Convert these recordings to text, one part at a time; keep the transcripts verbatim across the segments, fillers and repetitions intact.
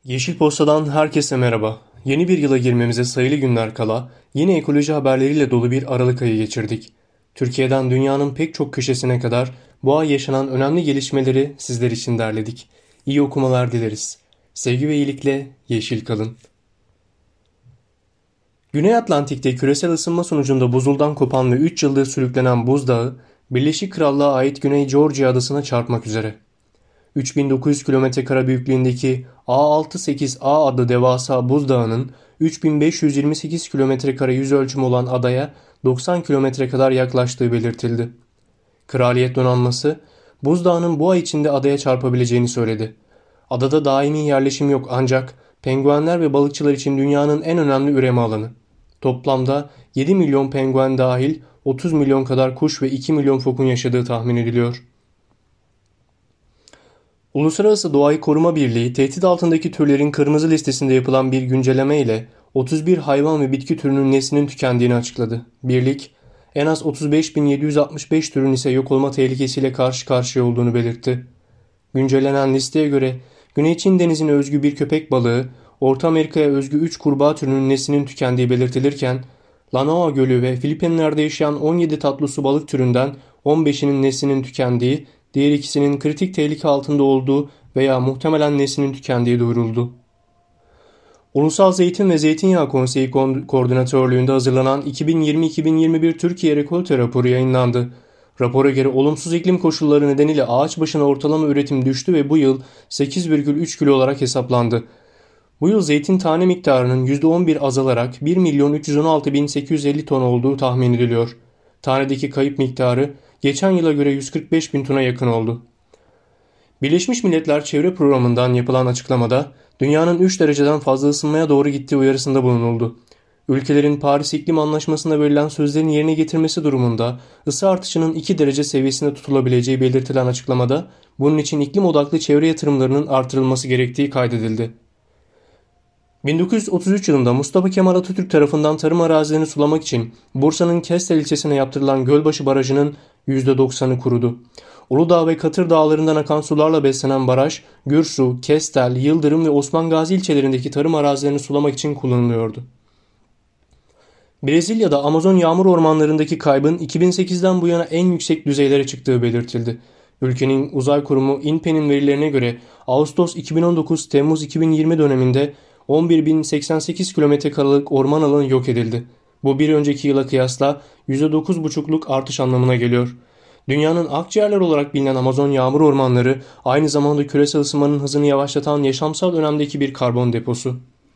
Yeşil Posta'dan herkese merhaba. Yeni bir yıla girmemize sayılı günler kala yine ekoloji haberleriyle dolu bir Aralık ayı geçirdik. Türkiye'den dünyanın pek çok köşesine kadar bu ay yaşanan önemli gelişmeleri sizler için derledik. İyi okumalar dileriz. Sevgi ve iyilikle yeşil kalın. Güney Atlantik'te küresel ısınma sonucunda buzuldan kopan ve üç yıldır sürüklenen buzdağı, Birleşik Krallığa ait Güney Georgia adasına çarpmak üzere. üç bin dokuz yüz kilometre kare büyüklüğündeki A altmış sekiz A adlı devasa buzdağının üç bin beş yüz yirmi sekiz kilometre kare yüz ölçümü olan adaya doksan kilometre kadar yaklaştığı belirtildi. Kraliyet Donanması, buzdağının bu ay içinde adaya çarpabileceğini söyledi. Adada daimi yerleşim yok ancak penguenler ve balıkçılar için dünyanın en önemli üreme alanı. Toplamda yedi milyon penguen dahil otuz milyon kadar kuş ve iki milyon fokun yaşadığı tahmin ediliyor. Uluslararası Doğayı Koruma Birliği, tehdit altındaki türlerin kırmızı listesinde yapılan bir güncelleme ile otuz bir hayvan ve bitki türünün neslinin tükendiğini açıkladı. Birlik, en az otuz beş bin yedi yüz altmış beş türün ise yok olma tehlikesiyle karşı karşıya olduğunu belirtti. Güncellenen listeye göre Güney Çin Denizi'ne özgü bir köpek balığı, Orta Amerika'ya özgü üç kurbağa türünün neslinin tükendiği belirtilirken, Lanao Gölü ve Filipinler'de yaşayan on yedi tatlı su balık türünden on beşinin neslinin tükendiği, diğer ikisinin kritik tehlike altında olduğu veya muhtemelen neslinin tükendiği duyuruldu. Ulusal Zeytin ve Zeytinyağı Konseyi Koordinatörlüğünde hazırlanan iki bin yirmi iki bin yirmi bir Türkiye Rekolte raporu yayınlandı. Rapora göre olumsuz iklim koşulları nedeniyle ağaç başına ortalama üretim düştü ve bu yıl sekiz virgül üç kilo olarak hesaplandı. Bu yıl zeytin tane miktarının yüzde on bir azalarak bir milyon üç yüz on altı bin sekiz yüz elli ton olduğu tahmin ediliyor. Tanedeki kayıp miktarı geçen yıla göre yüz kırk beş bin tona yakın oldu. Birleşmiş Milletler Çevre Programı'ndan yapılan açıklamada dünyanın üç dereceden fazla ısınmaya doğru gittiği uyarısında bulunuldu. Ülkelerin Paris İklim Anlaşması'nda verilen sözlerin yerine getirmesi durumunda ısı artışının iki derece seviyesinde tutulabileceği belirtilen açıklamada bunun için iklim odaklı çevre yatırımlarının artırılması gerektiği kaydedildi. bin dokuz yüz otuz üç yılında Mustafa Kemal Atatürk tarafından tarım arazilerini sulamak için Bursa'nın Kestel ilçesine yaptırılan Gölbaşı Barajı'nın yüzde doksanı kurudu. Uludağ ve Katır dağlarından akan sularla beslenen baraj, Gürsu, Kestel, Yıldırım ve Osman Gazi ilçelerindeki tarım arazilerini sulamak için kullanılıyordu. Brezilya'da Amazon yağmur ormanlarındaki kaybın iki bin sekizden bu yana en yüksek düzeylere çıktığı belirtildi. Ülkenin uzay kurumu INPE'nin verilerine göre Ağustos iki bin on dokuz Temmuz iki bin yirmi döneminde on bir bin seksen sekiz kilometre karelik orman alanı yok edildi. Bu bir önceki yıla kıyasla yüzde dokuz virgül beş'luk artış anlamına geliyor. Dünyanın akciğerler olarak bilinen Amazon yağmur ormanları aynı zamanda küresel ısınmanın hızını yavaşlatan yaşamsal önemdeki bir karbon deposu.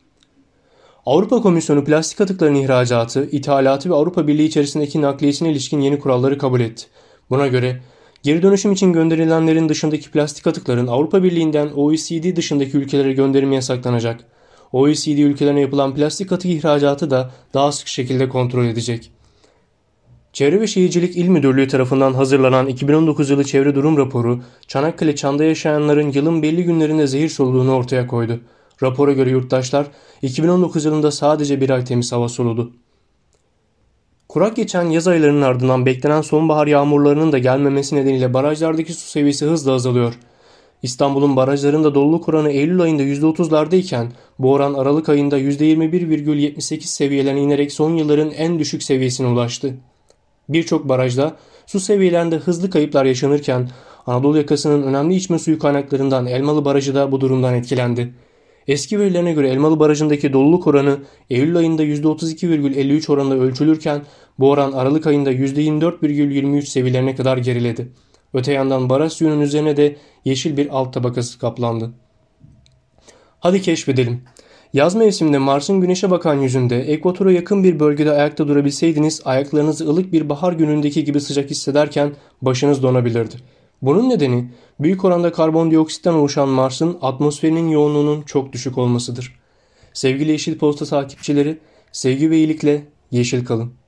Avrupa Komisyonu plastik atıkların ihracatı, ithalatı ve Avrupa Birliği içerisindeki nakliyesine ilişkin yeni kuralları kabul etti. Buna göre geri dönüşüm için gönderilenlerin dışındaki plastik atıkların Avrupa Birliği'nden O E C D dışındaki ülkelere gönderimi yasaklanacak. O E C D ülkelerine yapılan plastik atık ihracatı da daha sık şekilde kontrol edecek. Çevre ve Şehircilik İl Müdürlüğü tarafından hazırlanan iki bin on dokuz yılı çevre durum raporu, Çanakkale Çan'da yaşayanların yılın belli günlerinde zehir soluduğunu ortaya koydu. Rapora göre yurttaşlar iki bin on dokuz yılında sadece bir ay temiz hava soludu. Kurak geçen yaz aylarının ardından beklenen sonbahar yağmurlarının da gelmemesi nedeniyle barajlardaki su seviyesi hızla azalıyor. İstanbul'un barajlarında doluluk oranı Eylül ayında yüzde otuz'lardayken bu oran Aralık ayında yüzde yirmi bir virgül yetmiş sekiz seviyelerine inerek son yılların en düşük seviyesine ulaştı. Birçok barajda su seviyelerinde hızlı kayıplar yaşanırken Anadolu yakasının önemli içme suyu kaynaklarından Elmalı Barajı da bu durumdan etkilendi. Eski verilerine göre Elmalı Barajı'ndaki doluluk oranı Eylül ayında yüzde otuz iki virgül elli üç oranında ölçülürken bu oran Aralık ayında yüzde yirmi dört virgül yirmi üç seviyelerine kadar geriledi. Öte yandan baraj suyunun üzerine de yeşil bir alt tabakası kaplandı. Hadi keşfedelim. Yaz mevsiminde Mars'ın güneşe bakan yüzünde ekvatora yakın bir bölgede ayakta durabilseydiniz ayaklarınızı ılık bir bahar günündeki gibi sıcak hissederken başınız donabilirdi. Bunun nedeni büyük oranda karbondioksitten oluşan Mars'ın atmosferinin yoğunluğunun çok düşük olmasıdır. Sevgili Yeşil Posta takipçileri, sevgi ve iyilikle yeşil kalın.